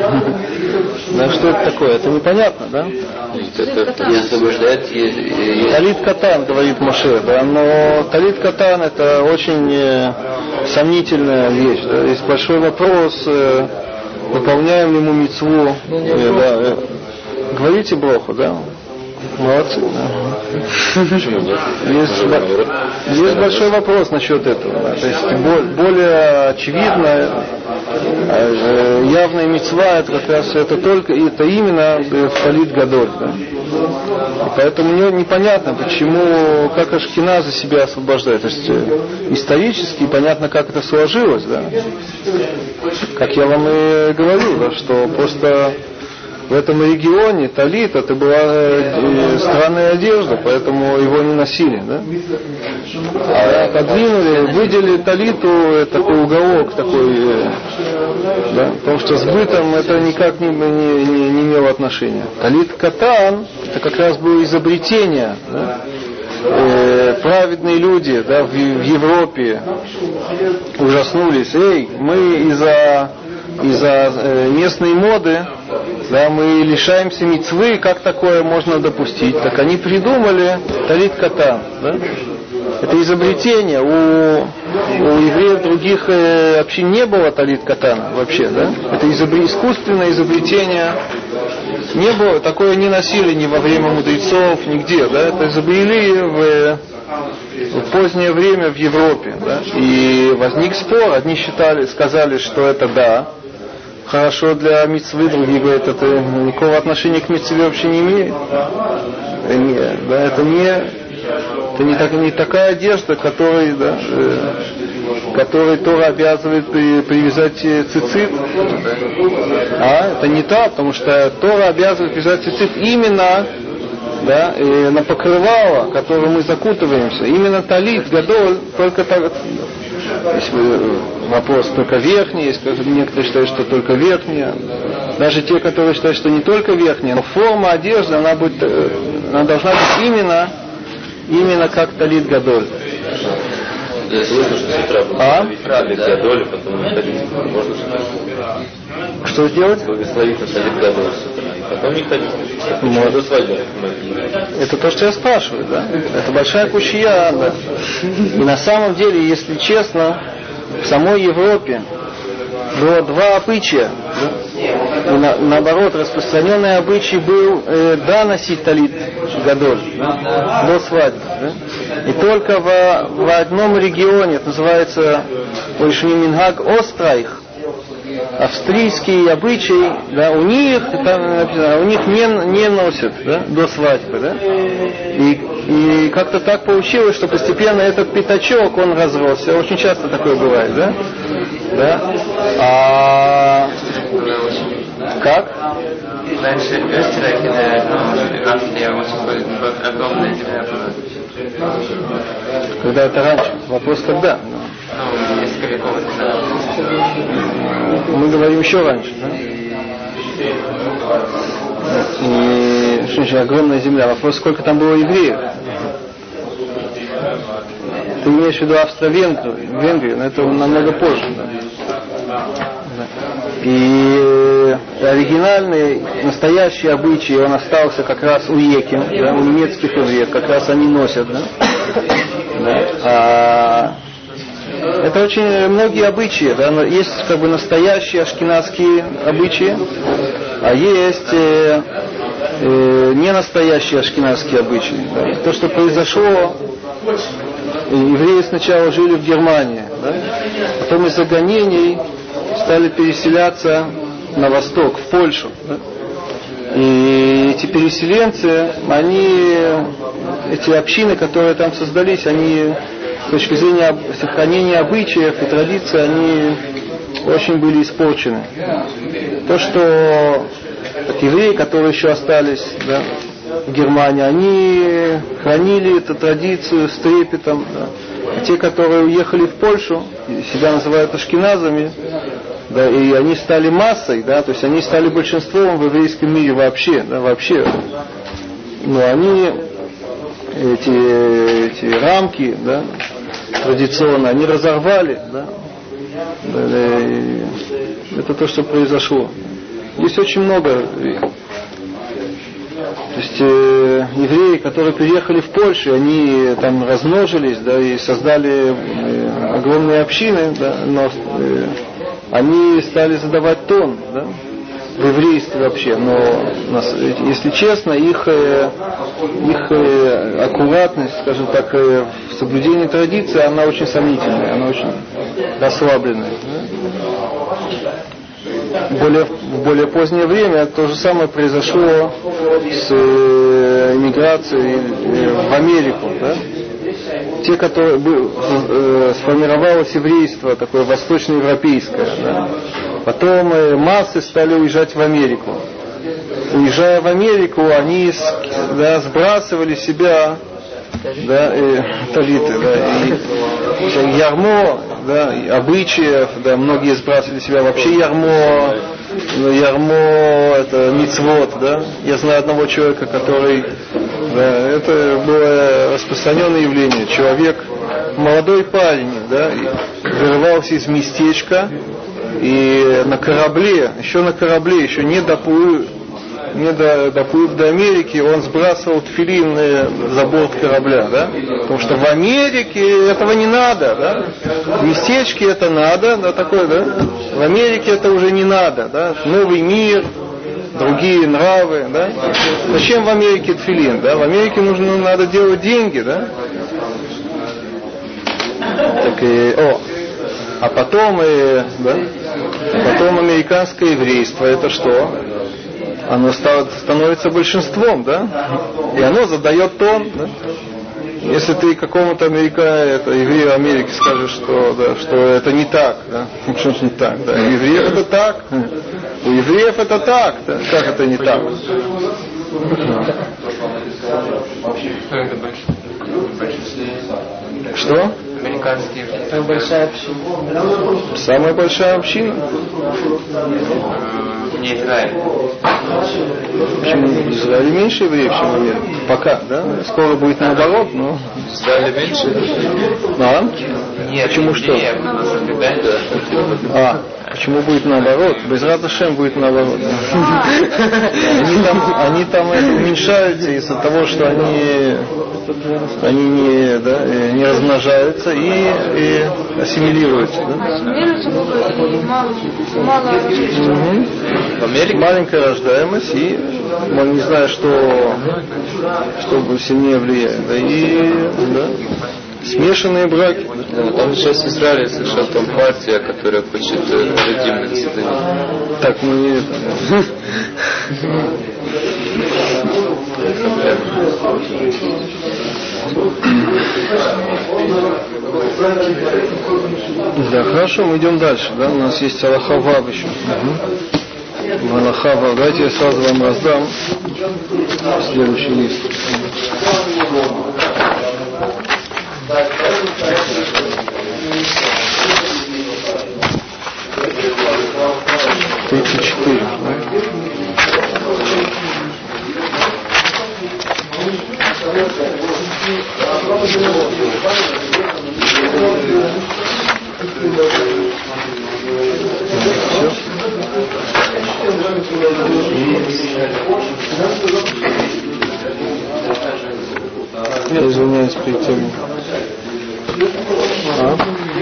Да, что это такое? Это непонятно, да? Не освобождает. Талит катан, говорит Моше, да, но талит катан это очень э, сомнительная вещь. Да? Есть большой вопрос, э, выполняем ли мы мицву. Э, да, э, говорите броху, да? Молодцы, да. Есть, есть большой вопрос насчет этого. Да. То есть более очевидно, явная мицва, это как раз это только, это именно в талит гадоль. Да. И поэтому мне непонятно, почему, как ашкеназы себя освобождают. То есть исторически понятно, как это сложилось. Да. Как я вам и говорил, да, что просто в этом регионе талит это была э, странная одежда, поэтому его не носили, да? А подвинули, выделили талиту такой уголок такой, э, да? Потому что с бытом это никак не, не, не, не имело отношения. Талит катан это как раз было изобретение, да? э, праведные люди, да, в, в Европе ужаснулись, эй, мы из-за из-за э, местной моды, да, мы лишаемся мицвы, как такое можно допустить? Так они придумали талит катан, да? Это изобретение. У, у евреев других э, общин не было талит катана вообще, да? Это изобр... искусственное изобретение. Не было, такое не носили ни во время мудрецов, нигде, да? Это изобрели в, в позднее время в Европе, да? И возник спор. Одни считали, сказали, что это да, хорошо для мицвы, другие говорят, это никакого отношения к мицве вообще не имеет. Не, да, это не, это не, так, не такая одежда, которой, да, э, которой Тора обязывает при, привязать цицит. А это не та, потому что Тора обязывает привязать цицит именно, да, э, на покрывало, которым мы закутываемся. Именно талит, гадоль, только так. Есть вопрос только верхний, есть некоторые считают, что только верхняя. Даже те, которые считают, что не только верхняя, но форма одежды, она, будет, она должна быть именно, именно как талит гадоль. Я слышал, что с утра а? талит гадоль, потом не ходить. Можно что сделать? Благословить на талит гадоль с утра, и потом не ходить. Почему до свадьбы? Это то, что я спрашиваю, да? Это большая кущия, да? И на самом деле, если честно, в самой Европе было два обычая. Да? И на, наоборот, распространенный обычай был э, да, носить талит гадоль, да? До свадьбы. Да? И только в, в одном регионе, это называется Мингаг Острайх, австрийский обычай, да, у них, там написано, у них не, не носят, да, до свадьбы, да, и, и как-то так получилось, что постепенно этот пятачок, он разросся, очень часто такое бывает, да, да, а как? Раньше в Österreich, в Австрии очень огромная земля была. Когда это раньше? Вопрос когда? Ну, несколько веков назад. Мы говорим еще раньше, да? И что значит огромная земля? Вопрос, сколько там было евреев? Ты имеешь в виду Австро-Венгрию, Венгрию, но это намного позже, да? И оригинальный, настоящий обычай, он остался как раз у еки, да, у немецких евреев, как раз они носят, да? Да. А это очень многие обычаи, да? Есть как бы настоящие ашкеназские обычаи, а есть э, э, не настоящие ашкеназские обычаи. Да? То, что произошло, евреи сначала жили в Германии, да? Потом из-за гонений стали переселяться на восток, в Польшу. Да? И эти переселенцы, они, эти общины, которые там создались, они с точки зрения сохранения обычаев и традиций, они очень были испорчены. То, что так, евреи, которые еще остались, да, в Германии, они хранили эту традицию с трепетом. Да. А те, которые уехали в Польшу, себя называют ашкеназами, да, и они стали массой, да, то есть они стали большинством в еврейском мире вообще, да, вообще. Но они, эти, эти рамки, да, традиционно, они разорвали, да. Это то, что произошло. Есть очень много. То есть э, евреи, которые переехали в Польшу, они там размножились, да, и создали э, огромные общины, да, но э, они стали задавать тон, да, в еврействе вообще. Но если честно, их, э, их э, аккуратность, скажем так, э, в соблюдении традиции, она очень сомнительная, она очень расслабленная. Да? Более, в более позднее время то же самое произошло с э, эмиграцией э, в Америку. Да? Те, которые э, сформировалось еврейство, такое восточноевропейское. Да? Потом э, массы стали уезжать в Америку. Уезжая в Америку, они да, сбрасывали себя, да, э, талиты, да, и ярмо, да, обычаев, да, многие сбрасывали себя вообще ярмо, ярмо, это мицвот, да. Я знаю одного человека, который, да, это было распространенное явление. Человек, молодой парень, да, вырывался из местечка и на корабле, еще на корабле, еще не доплыл, не до, доплыв до Америки, он сбрасывал тфилин за борт корабля, да? Потому что в Америке этого не надо, да? В местечке это надо, да, такое, да? В Америке это уже не надо, да? Новый мир, другие нравы, да? Зачем в Америке тфилин, да? В Америке нужно, надо делать деньги, да? Так и, о, а потом, и, да? Потом американское еврейство, это что? Оно становится большинством, да? И оно задает тон, да? Если ты какому-то америка, это, еврею Америки скажешь, что, да, что это не так, да? Что не так, да? У евреев это так, у евреев это так, да? Как это не так? Что? Американские. Самая большая община. Самая большая община. Не Израиль. Почему в Израиле меньше евреев, чем в Америке? Пока, да? Скоро будет наоборот, но... В Израиле меньше? А? Нет, почему что? Нет, а, почему будет наоборот? Безрат Ашем будет наоборот. Они там, они там уменьшаются из-за того, что они, они не, да, не размножаются и, и ассимилируются. Да? Ассимилируются и мало, мало угу. В Америке маленькая рождаемость и, не знаю, что, что сильнее влияет. Да, и да, смешанные браки. Да, там сейчас в Израиле, слышал, там партия, которая хочет родимых сыновей. Так, мы не... Да, хорошо, мы идем дальше. Да? У нас есть Алаха Вав еще. Угу. Алаха Вав. Давайте я сразу вам раздам следующий лист. тридцать четыре. Все. Я извиняюсь перед тем. А?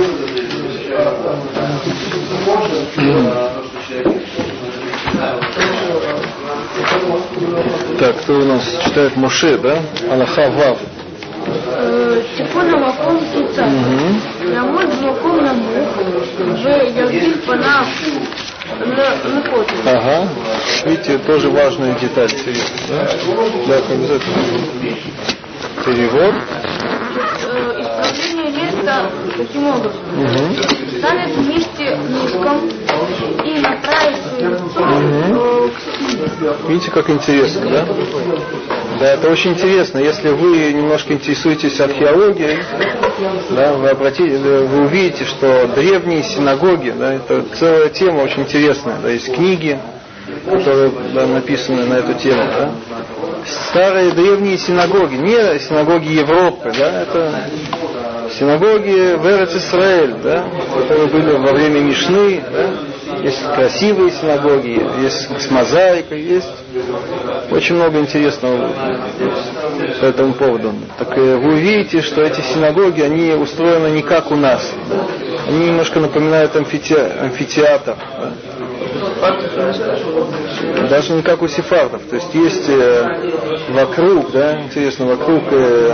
Так, кто у нас читает Моше, да? Алаха Вав. תיקון המקום קוצר, לעמוד במקום נמוך ויגדיל פניו לקוטן. Ага. видите, тоже важная деталь. Да, да, обязательно. Перевод. Исправление места таким образом. Угу. Станет в месте низком и направить угу. Видите, как интересно, да? Да, это очень интересно. Если вы немножко интересуетесь археологией, да, вы, обратите, вы увидите, что древние синагоги, да, это целая тема очень интересная. Да, есть книги, которые да, написаны на эту тему. Да. Старые древние синагоги, не синагоги Европы, да, это синагоги в Эрец-Исраэль, да, которые были во время Мишны, да. Есть красивые синагоги, есть с мозаикой, есть очень много интересного по этому поводу. Так вы увидите, что эти синагоги, они устроены не как у нас. Они немножко напоминают амфите... амфитеатр. Да? Даже не как у сефардов. То есть есть вокруг, да, интересно, вокруг э,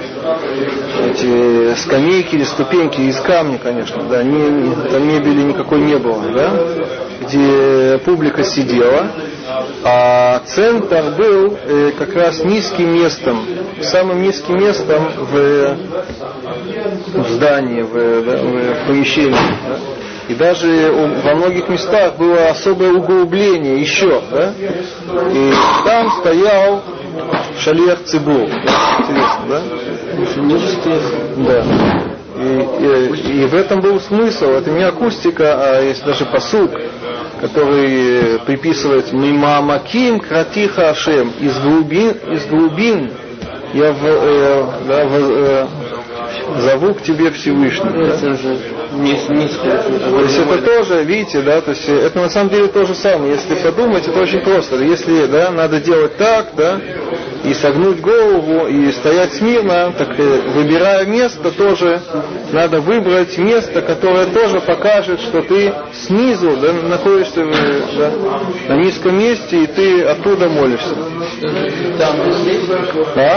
эти скамейки или ступеньки из камня, конечно, да, не, там мебели никакой не было, да, где публика сидела, а центр был э, как раз низким местом, самым низким местом в, в здании, в, да, в, в помещении. Да? И даже во многих местах было особое углубление еще, да? И там стоял шалех цибур. Интересно, да? Да. И, и, и в этом был смысл. Это не акустика, а есть даже пасук, который приписывает «Мимамаким кратиха Ашем» из глубин, из глубин я в, э, да, в, э, зову к тебе Всевышний. Да? То есть это тоже, видите, да, то есть это на самом деле то же самое. Если подумать, это очень просто. Если, да, надо делать так, да, и согнуть голову, и стоять смирно, так выбирая место, тоже надо выбрать место, которое тоже покажет, что ты снизу, да, находишься, да, на низком месте, и ты оттуда молишься. Да?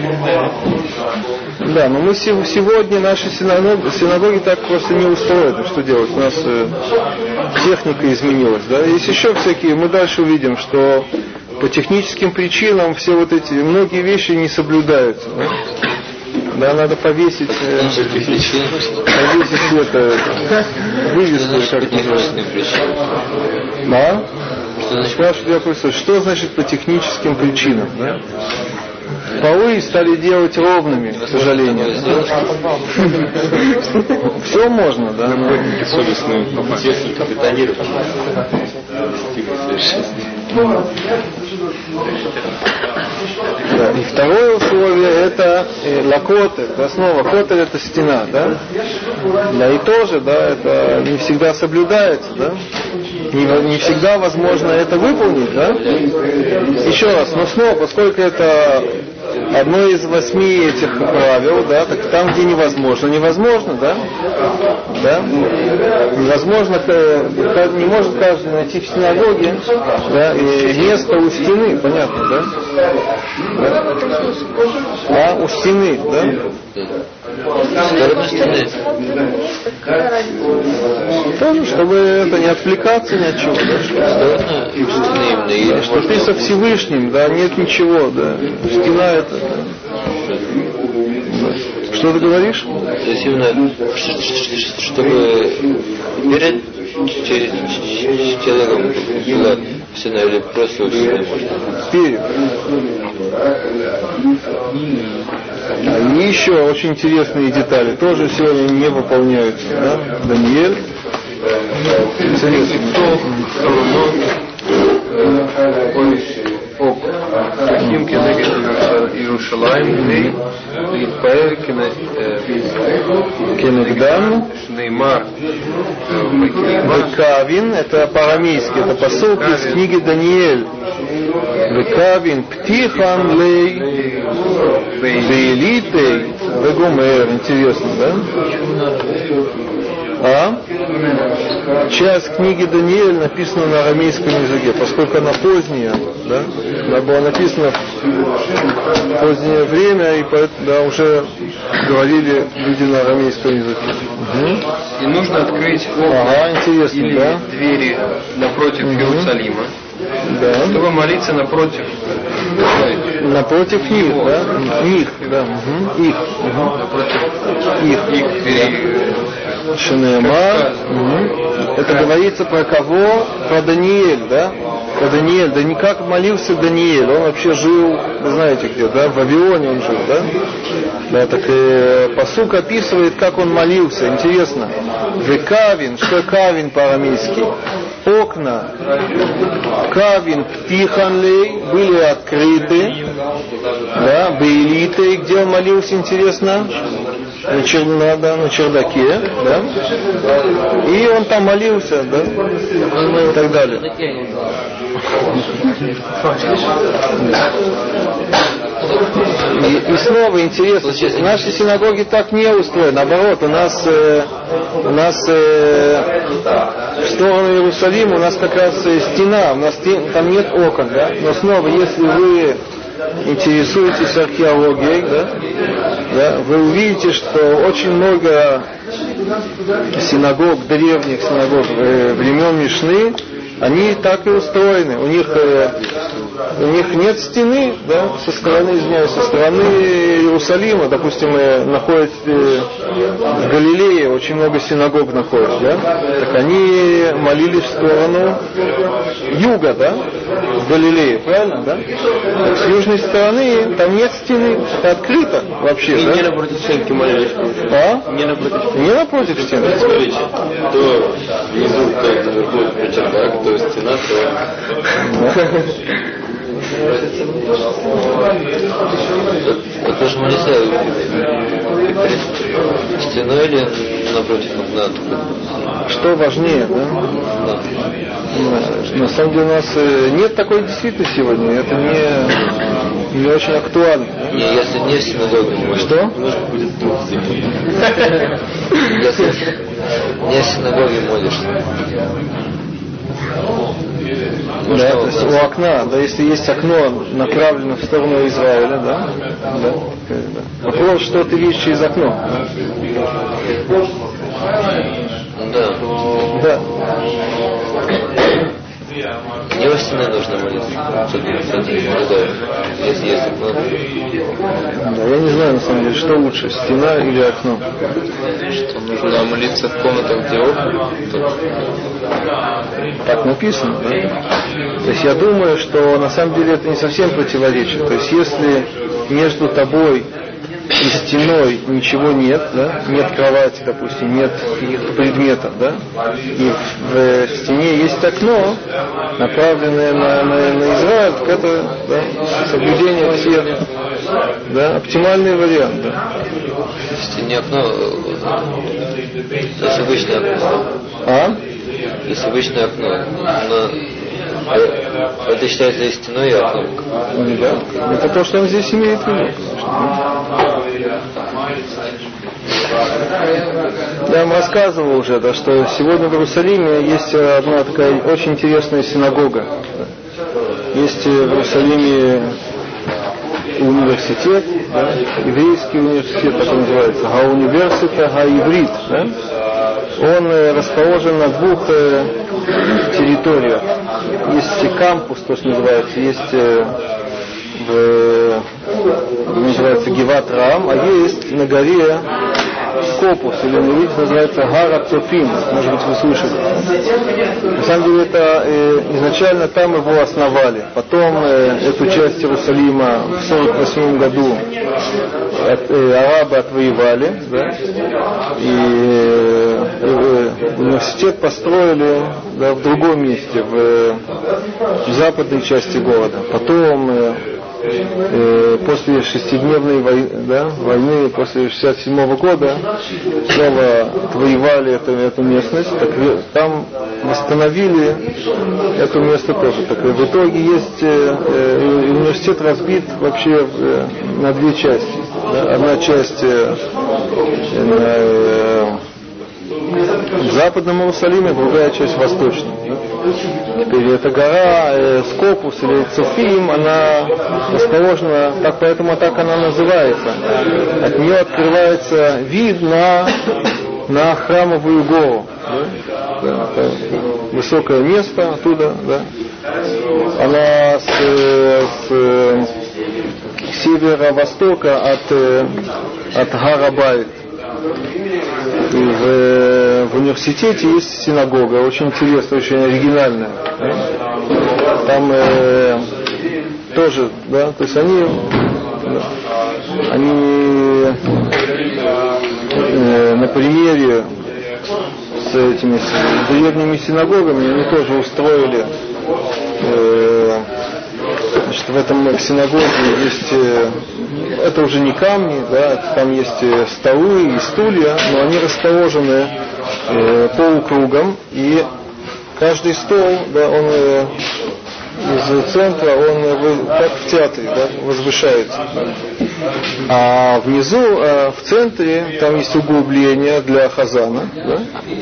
Да, но мы сегодня наши синагоги, синагоги так просто не устроены. Что делать? У нас э, техника изменилась. Да? Есть еще всякие, мы дальше увидим, что по техническим причинам все вот эти, многие вещи не соблюдаются. Да, да, надо повесить, э, повесить это, вывеску, как называется. Да? Спрашивают, я просто, что значит по техническим причинам? Да? Полы стали делать ровными, к сожалению. Все можно, да? Работники совестные, техника бетонировать. Да. И второе условие это э, лакотель, да, снова котель это стена, да? Да, и тоже, да, это не всегда соблюдается, да? Не, не всегда возможно это выполнить, да? Еще раз, но снова, поскольку это одно из восьми этих правил, да, так там, где невозможно, невозможно, да? Да? Невозможно, не может каждый найти в синагоге, да, и место у стены, понятно, да? Да, да, у стены, да? Тоже, чтобы это не отвлекаться ни от чего, да? Что, что ты со Всевышним, да, нет ничего, да. Стена это. Да. Что ты говоришь? То есть именно, чтобы перед через человеком была стена или просто у стены можно? Перед. И еще очень интересные детали тоже сегодня не выполняются. Да? Даниэль. Интересно. Таким кенегет Иерушалаим להתפאר кенегдан שנאמר Векавин, это по-арамейски, это посылк из книги Даниэль. Векавин птихан лей бейлитей вегумер. Интересно, да? А? часть книги Даниэль написана на арамейском языке, поскольку она поздняя, да, она была написана в позднее время, и поэтому, да, уже говорили люди на арамейском языке. Угу. И нужно открыть окна, ага, интересно, или да? двери напротив угу. Иерусалима, да. чтобы молиться напротив. Напротив них, да? Них, да. Угу. Их. Угу. Напротив их. Их двери. Шинема. Угу. Это говорится про кого? Про Даниэль, да? Про Даниэль. Да не как молился Даниэль. Он вообще жил, вы знаете где, да? В Вавилоне он жил, да? Да, так и пасук описывает, как он молился. Интересно. Векавин. Что кавин по-арамейски? Окна кавин птиханлей были открыты, да, бейлиты, где он молился, интересно, на, чер... на, да, на чердаке, да, и он там молился, да, и так далее. И, и снова интересно, наши синагоги так не устроены, наоборот, у нас, э, у нас э, в сторону Иерусалима у нас как раз стена, у нас стен, там нет окон, да, но снова, если вы интересуетесь археологией, да, да, вы увидите, что очень много синагог, древних синагог времен Мишны, они так и устроены. У них, э, у них нет стены, да, со стороны, извиняюсь, со стороны Иерусалима, допустим, э, находится э, в Галилее, очень много синагог находится, да, так они молились в сторону юга, да, в Галилее, правильно, да? Так с южной стороны там нет стены, это открыто вообще, и да? Не напротив стенки молились. А? Не напротив. Не напротив стены. Смотрите, то внизу, то наверху чердак, то стена, то... Вот тоже молиться стеной или напротив окна? Что важнее, да? Да. На самом деле у нас нет такой действительности сегодня, это не, не очень актуально. Да? Не, если не в синагоге молишься. Что? Немножко будет дух. Если не в синагоге молишься. Да, то есть у окна, да, если есть окно, направлено в сторону Израиля, да, да, да. Вопрос, что ты видишь через окно? Да. Да. Не во стены нужно молиться, если есть окно. Да, я не знаю, на самом деле, что лучше, стена или окно. Что нужно молиться в комнатах, где окна? Так написано, да? То есть я думаю, что на самом деле это не совсем противоречит. То есть если между тобой и стеной ничего нет, да, нет кровати, допустим, нет каких-то предметов, да, и в, в стене есть окно, направленное на, на, на Израиль, так это, да, соблюдение всех, да, оптимальный вариант, да. В стене окно, это обычное окно. А? Есть обычное окно, но это считается и стеной, и окном. Да. Это то, что он здесь имеет в виду. Я вам рассказывал уже, да, что сегодня в Иерусалиме есть одна такая очень интересная синагога. Есть в Иерусалиме университет, да, еврейский университет, так называется, Га-университет, Га-иврит, да? Он расположен на двух э, территориях. Есть кампус, то, что называется, есть э, в, называется Гиват Рам, а есть на горе Скопус, или на иврите называется Гара Цофим, может быть, вы слышали. На самом деле это э, изначально там его основали, потом э, эту часть Иерусалима в сорок восьмом году от, э, арабы отвоевали, да, и э, э, университет построили, да, в другом месте, в, в западной части города. Потом э, э, после шестидневной войны, да, войны, после шестьдесят седьмого года снова отвоевали эту, эту местность, так там восстановили это место тоже. Так, в итоге есть э, э, университет разбит вообще э, на две части. Да? Одна часть э, э, в западном Иерусалиме, другая часть в восточном. Да? Теперь эта гора э, Скопус или Цуфим, она расположена, так, поэтому так она называется. От нее открывается вид на, на храмовую гору. Да? Да, да. Высокое место оттуда, да. Она с, с северо-востока от, от Гарабайт. И в, в университете есть синагога, очень интересная, очень оригинальная. Там э, тоже, да, то есть они, они э, на примере с этими с древними синагогами они тоже устроили. Э, значит, в этом в синагоге есть, э, это уже не камни, да, там есть столы и стулья, но они расположены э, полукругом, и каждый стол, да, он э, из центра, он э, как в театре, да, возвышается. А внизу, э, в центре, там есть углубление для хазана, да.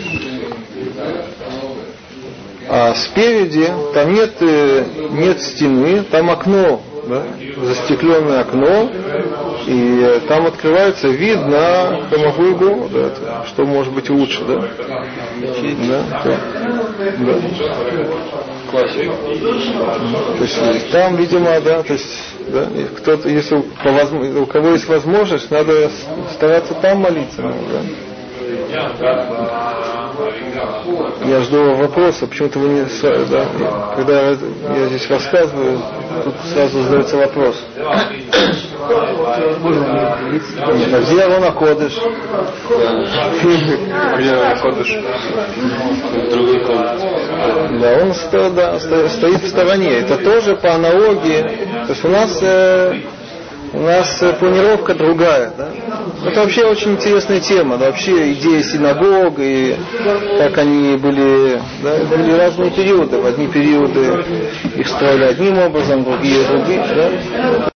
А спереди там нет, нет стены, там окно, да, застекленное окно, и там открывается вид на храмовую гору, да, что может быть лучше, да? Да, да. Да. Классика. То есть там, видимо, да, то есть, да, кто-то, если у, по возможно, у кого есть возможность, надо стараться там молиться, да. Я жду вопроса, почему-то вы не... Да, когда я здесь рассказываю, тут сразу задается вопрос. Где Арон Кодеш? Где Арон Кодеш? В другой комнате. Да, он стоит, да, стоит в стороне. Это тоже по аналогии. То есть у нас... Э, У нас планировка другая, да? Это вообще очень интересная тема, да? Вообще идея синагог и как они были, да? Были разные периоды. В одни периоды их строили одним образом, другие другим, да?